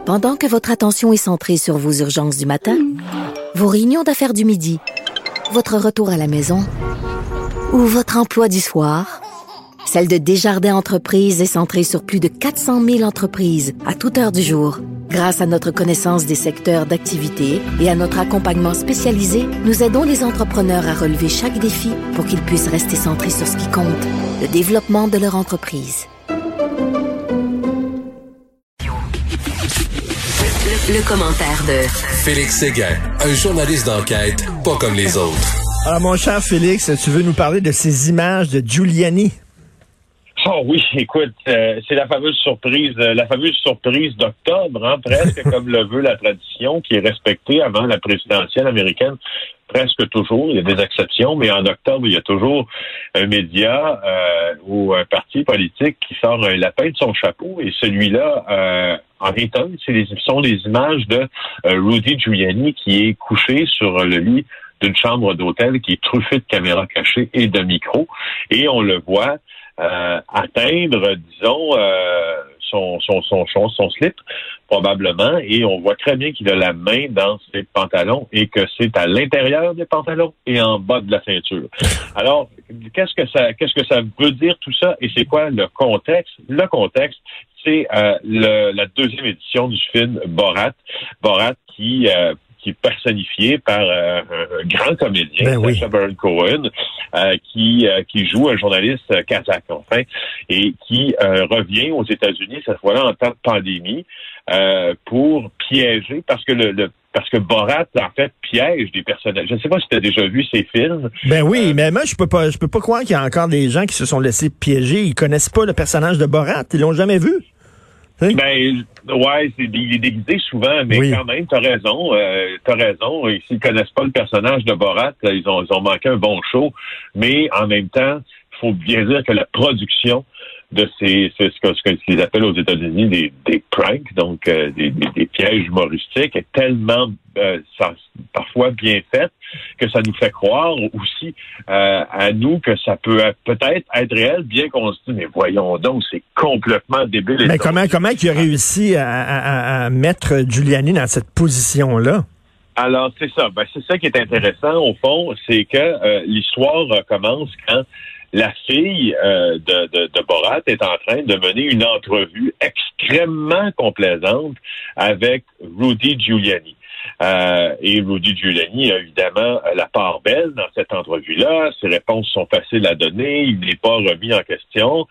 Pendant que votre attention est centrée sur vos urgences du matin, vos réunions d'affaires du midi, votre retour à la maison ou votre emploi du soir, celle de Desjardins Entreprises est centrée sur plus de 400 000 entreprises à toute heure du jour. Grâce à notre connaissance des secteurs d'activité et à notre accompagnement spécialisé, nous aidons les entrepreneurs à relever chaque défi pour qu'ils puissent rester centrés sur ce qui compte, le développement de leur entreprise. Le commentaire de Félix Séguin, un journaliste d'enquête pas comme les autres. Alors, mon cher Félix, tu veux nous parler de ces images de Giuliani? Oh oui, écoute, c'est la fameuse surprise d'octobre, hein, presque comme le veut la tradition, qui est respectée avant la présidentielle américaine, presque toujours. Il y a des exceptions, mais en octobre, il y a toujours un média ou un parti politique qui sort un lapin de son chapeau, et celui-là en est un. Sont les images de Rudy Giuliani qui est couché sur le lit d'une chambre d'hôtel qui est truffée de caméras cachées et de micros, et on le voit atteindre, disons, son slip, probablement, et on voit très bien qu'il a la main dans ses pantalons et que c'est à l'intérieur des pantalons et en bas de la ceinture. Alors, qu'est-ce que ça veut dire tout ça, et c'est quoi le contexte? Le contexte, c'est la deuxième édition du film Borat qui est personnifié par un grand comédien, Sacha Baron Cohen, qui joue un journaliste kazakh, enfin, et qui revient aux États-Unis, cette fois-là en temps de pandémie, pour piéger, parce que Borat, en fait, piège des personnages. Je ne sais pas si tu as déjà vu ces films. Ben oui, mais moi, je peux pas croire qu'il y a encore des gens qui se sont laissés piéger. Ils connaissent pas le personnage de Borat. Ils l'ont jamais vu. Ben, ouais, il est déguisé souvent, mais quand même, t'as raison. Et s'ils connaissent pas le personnage de Borat, ils ont manqué un bon show. Mais en même temps, il faut bien dire que la production de ce qu'ils appellent aux États-Unis des pranks, donc des pièges humoristiques, est tellement parfois bien faite que ça nous fait croire aussi à nous que ça peut peut-être être réel, bien qu'on se dise, mais voyons donc, c'est complètement débile. Mais comment il a réussi à mettre Giuliani dans cette position-là? Alors, c'est ça. Ben, c'est ça qui est intéressant, au fond, c'est que l'histoire commence quand la fille de Borat est en train de mener une entrevue extrêmement complaisante avec Rudy Giuliani. Et Rudy Giuliani a évidemment la part belle dans cette entrevue-là. Ses réponses sont faciles à donner. Il n'est pas remis en question.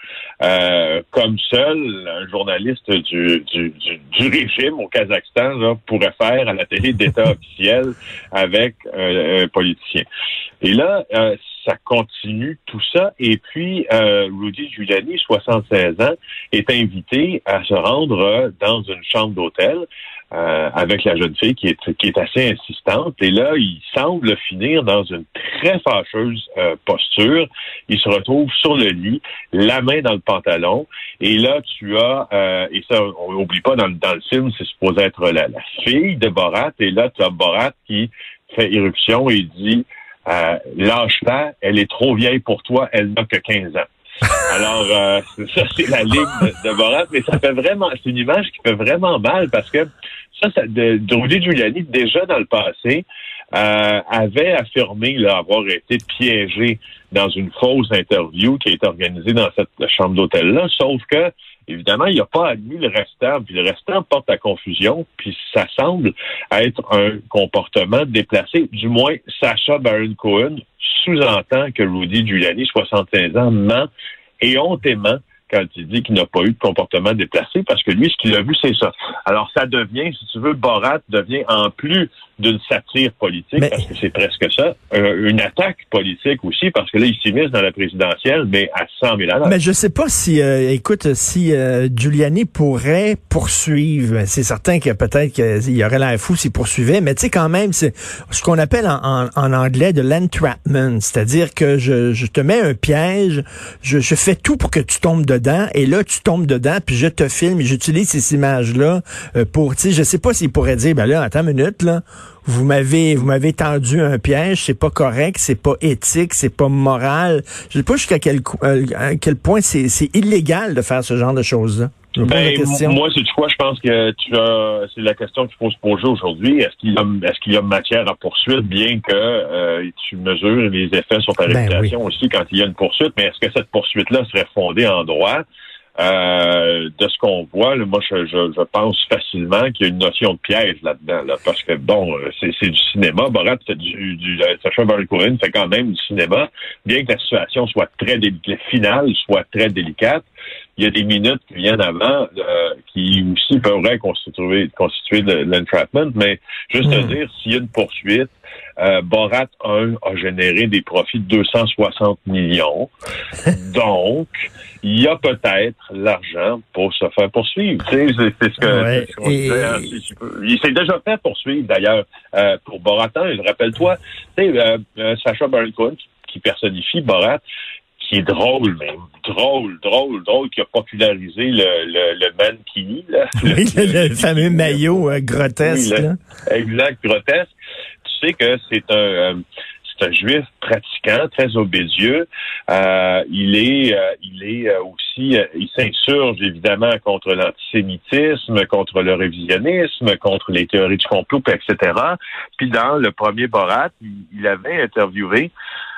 Comme seul un journaliste du régime au Kazakhstan là, pourrait faire à la télé d'État officielle avec un politicien. Et là, ça continue tout ça. Et puis, Rudy Giuliani, 76 ans, est invité à se rendre dans une chambre d'hôtel avec la jeune fille qui est assez insistante. Et là, il semble finir dans une très fâcheuse posture. Il se retrouve sur le lit, la main dans le pantalon. Et là, tu as, et ça, on n'oublie pas, dans le film, c'est supposé être la fille de Borat. Et là, tu as Borat qui fait irruption et dit lâche-la, elle est trop vieille pour toi, elle n'a que 15 ans. Alors, ça, c'est la ligne de Borat, mais ça fait vraiment, c'est une image qui fait vraiment mal parce que Rudy Giuliani, déjà dans le passé, avait affirmé avoir été piégé dans une fausse interview qui a été organisée dans cette chambre d'hôtel-là, sauf que, évidemment, il n'a pas admis le restant, puis le restant porte à confusion, puis ça semble être un comportement déplacé. Du moins, Sacha Baron Cohen sous-entend que Rudy Giuliani, 75 ans, ment et hontément quand il dit qu'il n'a pas eu de comportement déplacé, parce que lui, ce qu'il a vu, c'est ça. Alors, ça devient, si tu veux, Borat devient, en plus d'une satire politique, parce que c'est presque ça, une attaque politique aussi, parce que là, il s'immisce dans la présidentielle, mais à 100 000 $. Mais je sais pas si, si Giuliani pourrait poursuivre. C'est certain que peut-être qu'il y aurait l'air fou s'il poursuivait, mais tu sais, quand même, c'est ce qu'on appelle en anglais de l'entrapment, c'est-à-dire que je te mets un piège, je fais tout pour que tu tombes dedans, et là, tu tombes dedans, puis je te filme, et j'utilise ces images-là pour, tu sais, je sais pas s'il pourrait dire, ben là, attends une minute, là, vous m'avez tendu un piège, c'est pas correct, c'est pas éthique, c'est pas moral. Je sais pas jusqu'à quel point c'est illégal de faire ce genre de choses-là. Je me pose la question. Moi, c'est quoi? Je pense que c'est la question qu'il faut se poser aujourd'hui. Est-ce qu'il y a matière à poursuite, bien que tu mesures les effets sur ta réputation aussi quand il y a une poursuite, mais est-ce que cette poursuite-là serait fondée en droit? De ce qu'on voit, là, moi, je pense facilement qu'il y a une notion de piège là-dedans, là, parce que c'est du cinéma. Borat fait Sacha Baron Cohen fait quand même du cinéma, bien que la situation soit très délicate, finale soit très délicate. Il y a des minutes qui viennent avant qui aussi pourraient constituer de l'entrapment, mais juste à dire, s'il y a une poursuite, Borat 1 a généré des profits de 260 millions. Donc, il y a peut-être l'argent pour se faire poursuivre. Tu sais, c'est ce qu'on disait. Hein, il s'est déjà fait poursuivre, d'ailleurs, pour Borat 1. Rappelle-toi, tu sais, Sacha Baron Cohen, qui personnifie Borat, qui est drôle, qui a popularisé le mankini, là. Le fameux maillot grotesque, oui, là. Exact, grotesque. Tu sais que c'est un juif pratiquant, très obédieux. Il s'insurge évidemment contre l'antisémitisme, contre le révisionnisme, contre les théories du complot, etc. Puis dans le premier Borat, il avait interviewé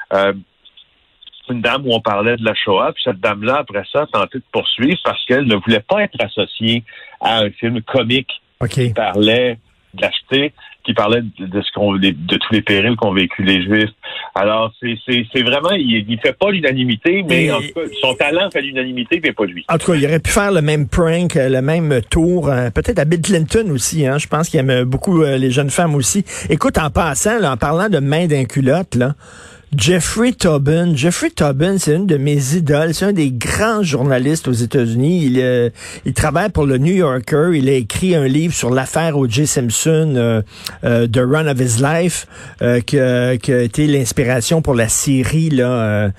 une dame où on parlait de la Shoah, puis cette dame-là, après ça, a tenté de poursuivre parce qu'elle ne voulait pas être associée à un film comique qui parlait de lâcheté, qui parlait de tous les périls qu'ont vécu les Juifs. Alors, c'est vraiment, il fait pas l'unanimité, mais en tout cas, son talent fait l'unanimité, mais pas lui. En tout cas, il aurait pu faire le même prank, le même tour, peut-être à Bill Clinton aussi, hein. Je pense qu'il aime beaucoup les jeunes femmes aussi. Écoute, en passant, là, en parlant de main d'un culotte, là, Jeffrey Toobin, c'est une de mes idoles. C'est un des grands journalistes aux États-Unis. Il travaille pour le New Yorker. Il a écrit un livre sur l'affaire O.J. Simpson, The Run of His Life, qui a été l'inspiration pour la série là,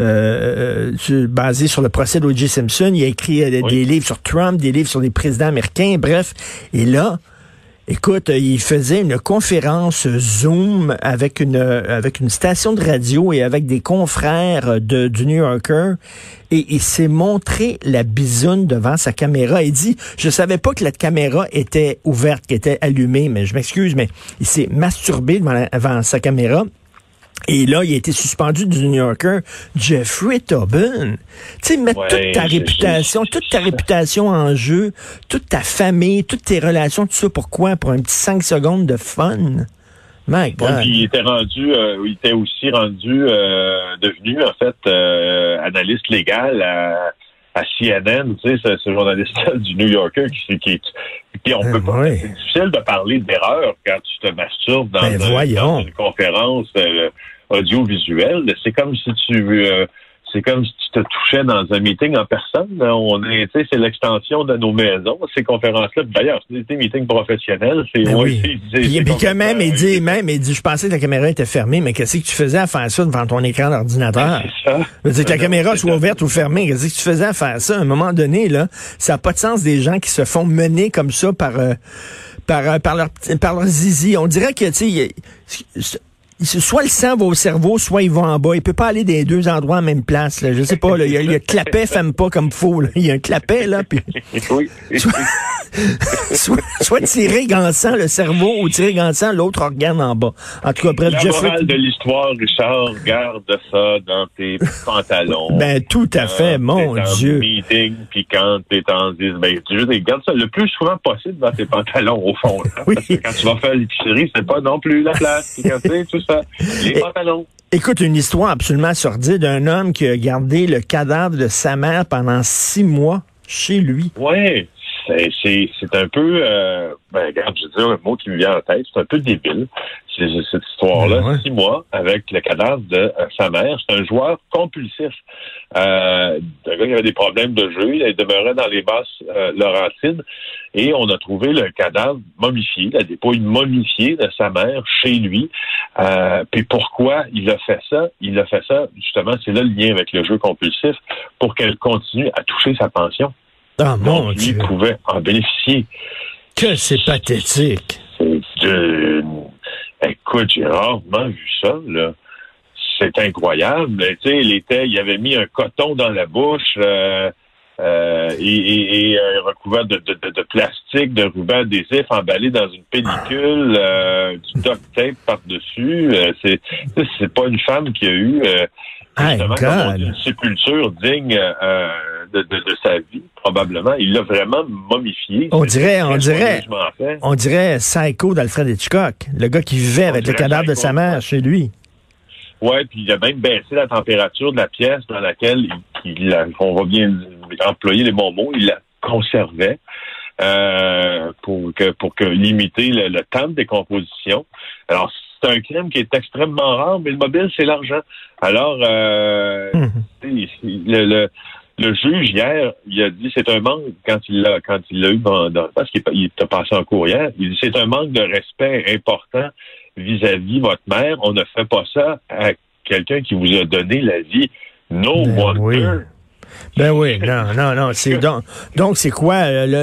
basée sur le procès d'O.J. Simpson. Il a écrit des livres sur Trump, des livres sur les présidents américains. Bref, et là, écoute, il faisait une conférence Zoom avec une station de radio et avec des confrères du New Yorker et il s'est montré la bisoune devant sa caméra. Il dit, je savais pas que la caméra était ouverte, qu'elle était allumée, mais je m'excuse, mais il s'est masturbé devant sa caméra. Et là, il a été suspendu du New Yorker. Jeffrey Toobin. Tu sais, mettre toute ta réputation en jeu, toute ta famille, toutes tes relations, tout ça, pourquoi? Pour un petit 5 secondes de fun? My God. Il était aussi devenu, en fait, analyste légal à CNN, tu sais, ce journaliste du New Yorker qui on peut pas. C'est difficile de parler d'erreur quand tu te masturbes dans une conférence audiovisuelle. C'est comme si tu te touchais dans un meeting en personne. C'est l'extension de nos maisons, ces conférences-là. D'ailleurs, c'est des meetings professionnels. Puis quand même, il dit, je pensais que la caméra était fermée, mais qu'est-ce que tu faisais à faire ça devant ton écran d'ordinateur? C'est ça. Je veux dire que la caméra soit ouverte ou fermée. Qu'est-ce que tu faisais à faire ça? À un moment donné, là, ça n'a pas de sens des gens qui se font mener comme ça par leur zizi. On dirait que, tu sais, soit le sang va au cerveau, soit il va en bas. Il peut pas aller des deux endroits en même place. Là. Je sais pas. Là, il y a le clapet femme pas comme faux. Là. Il y a un clapet là. Puis oui. soit tirer gansant le cerveau ou tirer gansant l'autre organe en bas. En tout cas, bref, la morale de l'histoire, Richard, garde ça dans tes pantalons. Ben tout à fait, mon Dieu. Meeting, puis quand t'es en garde ça le plus souvent possible dans tes pantalons au fond. Là, parce que quand tu vas faire l'épicerie, c'est pas non plus la place. Quand tu sais, tout ça, les pantalons. Écoute, une histoire absolument sordide d'un homme qui a gardé le cadavre de sa mère pendant 6 mois chez lui. Ouais. C'est un peu, regarde, je veux dire un mot qui me vient en tête, c'est un peu débile. C'est cette histoire-là, 6 mois avec le cadavre de sa mère. C'est un joueur compulsif. Un gars qui avait des problèmes de jeu, il demeurait dans les basses Laurentides et on a trouvé le cadavre momifié, la dépouille momifiée de sa mère chez lui. Puis pourquoi il a fait ça? Il a fait ça, justement, c'est là le lien avec le jeu compulsif, pour qu'elle continue à toucher sa pension. Ah, mon Dieu. Lui pouvait en bénéficier. Que c'est pathétique. Écoute, j'ai rarement vu ça, là. C'est incroyable. Tu sais, il avait mis un coton dans la bouche. et recouvert de plastique, de ruban adhésif emballé dans une pellicule, du duct tape par-dessus. C'est pas une femme qui a eu une sépulture digne de sa vie, probablement. Il l'a vraiment momifié. On dirait Psycho d'Alfred Hitchcock, le gars qui vivait avec le cadavre de sa mère chez lui. Ouais, puis il a même baissé la température de la pièce dans laquelle on va bien employer les bons mots, il la conservait pour limiter le temps de décomposition. Alors, c'est un crime qui est extrêmement rare, mais le mobile, c'est l'argent. Alors, le juge, hier, il a dit c'est un manque, quand il l'a eu parce qu'il t'a passé en cours hier, il dit c'est un manque de respect important vis-à-vis votre mère. On ne fait pas ça à quelqu'un qui vous a donné la vie. No wonder. Oui. Ben oui, non. Donc c'est quoi,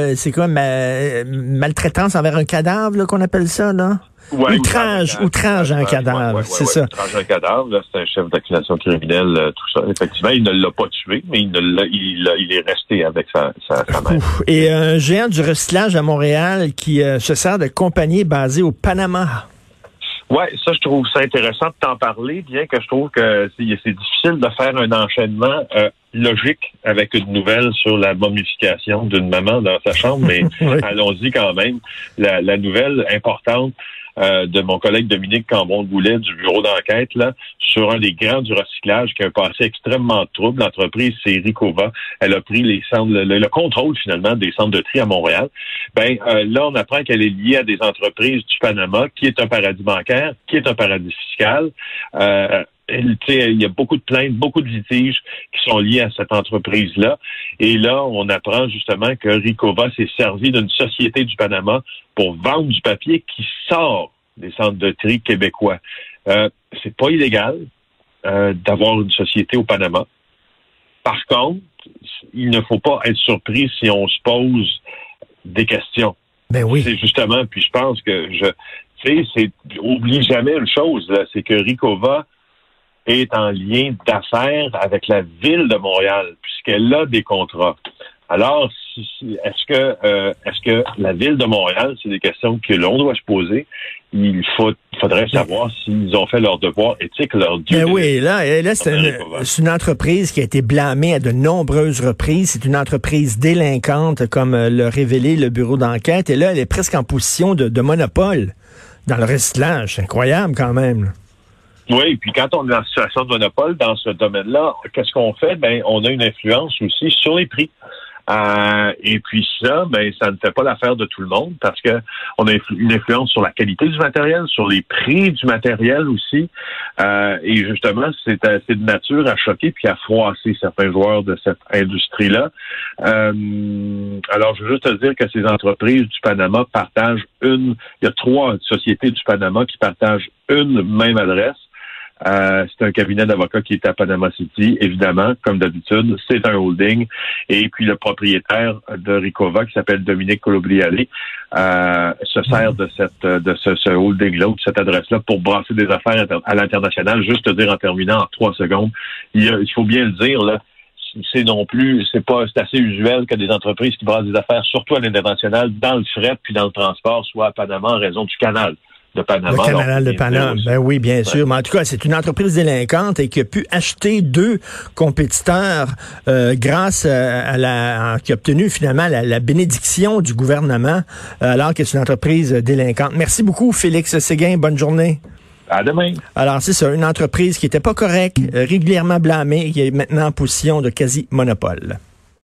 maltraitance envers un cadavre, là, qu'on appelle ça, là? Ouais, outrage à un cadavre, c'est ça. Outrage à un cadavre, là, c'est un chef d'accusation criminelle, tout ça. Effectivement, il ne l'a pas tué, mais il est resté avec sa mère. Et un géant du recyclage à Montréal qui se sert de compagnie basée au Panama. Ouais, ça, je trouve ça intéressant de t'en parler, bien que je trouve que c'est difficile de faire un enchaînement logique avec une nouvelle sur la momification d'une maman dans sa chambre, mais oui. Allons-y quand même. La nouvelle importante de mon collègue Dominique Cambon-Goulet du bureau d'enquête là sur un des grands du recyclage qui a un passé extrêmement trouble. L'entreprise, c'est Ricova. Elle a pris le contrôle finalement des centres de tri à Montréal. Là, on apprend qu'elle est liée à des entreprises du Panama, qui est un paradis bancaire, qui est un paradis fiscal. Il y a beaucoup de plaintes, beaucoup de litiges qui sont liés à cette entreprise-là. Et là, on apprend justement que Ricova s'est servi d'une société du Panama pour vendre du papier qui sort des centres de tri québécois. C'est pas illégal d'avoir une société au Panama. Par contre, il ne faut pas être surpris si on se pose des questions. Ben oui. C'est justement, puis je pense que oublie jamais une chose, là, c'est que Ricova est en lien d'affaires avec la ville de Montréal, puisqu'elle a des contrats. Alors, est-ce que la ville de Montréal, c'est des questions que l'on doit se poser. Il faudrait savoir s'ils ont fait leur devoir éthique, leur dû. Ben oui, là c'est une entreprise qui a été blâmée à de nombreuses reprises. C'est une entreprise délinquante, comme l'a révélé le bureau d'enquête. Et là, elle est presque en position de monopole dans le recyclage. C'est incroyable quand même. Oui, puis quand on est en situation de monopole dans ce domaine-là, qu'est-ce qu'on fait? On a une influence aussi sur les prix. Et puis ça, ça ne fait pas l'affaire de tout le monde parce que on a une influence sur la qualité du matériel, sur les prix du matériel aussi. Et justement, c'est de nature à choquer puis à froisser certains joueurs de cette industrie-là. Alors, je veux juste te dire que ces entreprises du Panama partagent il y a 3 sociétés du Panama qui partagent une même adresse. C'est un cabinet d'avocats qui est à Panama City, évidemment, comme d'habitude. C'est un holding. Et puis, le propriétaire de Ricova, qui s'appelle Dominique Colobriale, se sert de ce holding-là, ou de cette adresse-là, pour brasser des affaires à l'international. Juste te dire en terminant en 3 secondes, il faut bien le dire, là, c'est assez usuel que des entreprises qui brassent des affaires, surtout à l'international, dans le fret puis dans le transport, soient à Panama en raison du canal de Panama. Le canal de Panama, ben oui, bien sûr. Mais en tout cas, c'est une entreprise délinquante et qui a pu acheter 2 compétiteurs grâce qui a obtenu finalement la bénédiction du gouvernement, alors que c'est une entreprise délinquante. Merci beaucoup, Félix Séguin. Bonne journée. À demain. Alors, c'est ça, une entreprise qui n'était pas correcte, régulièrement blâmée, qui est maintenant en position de quasi-monopole.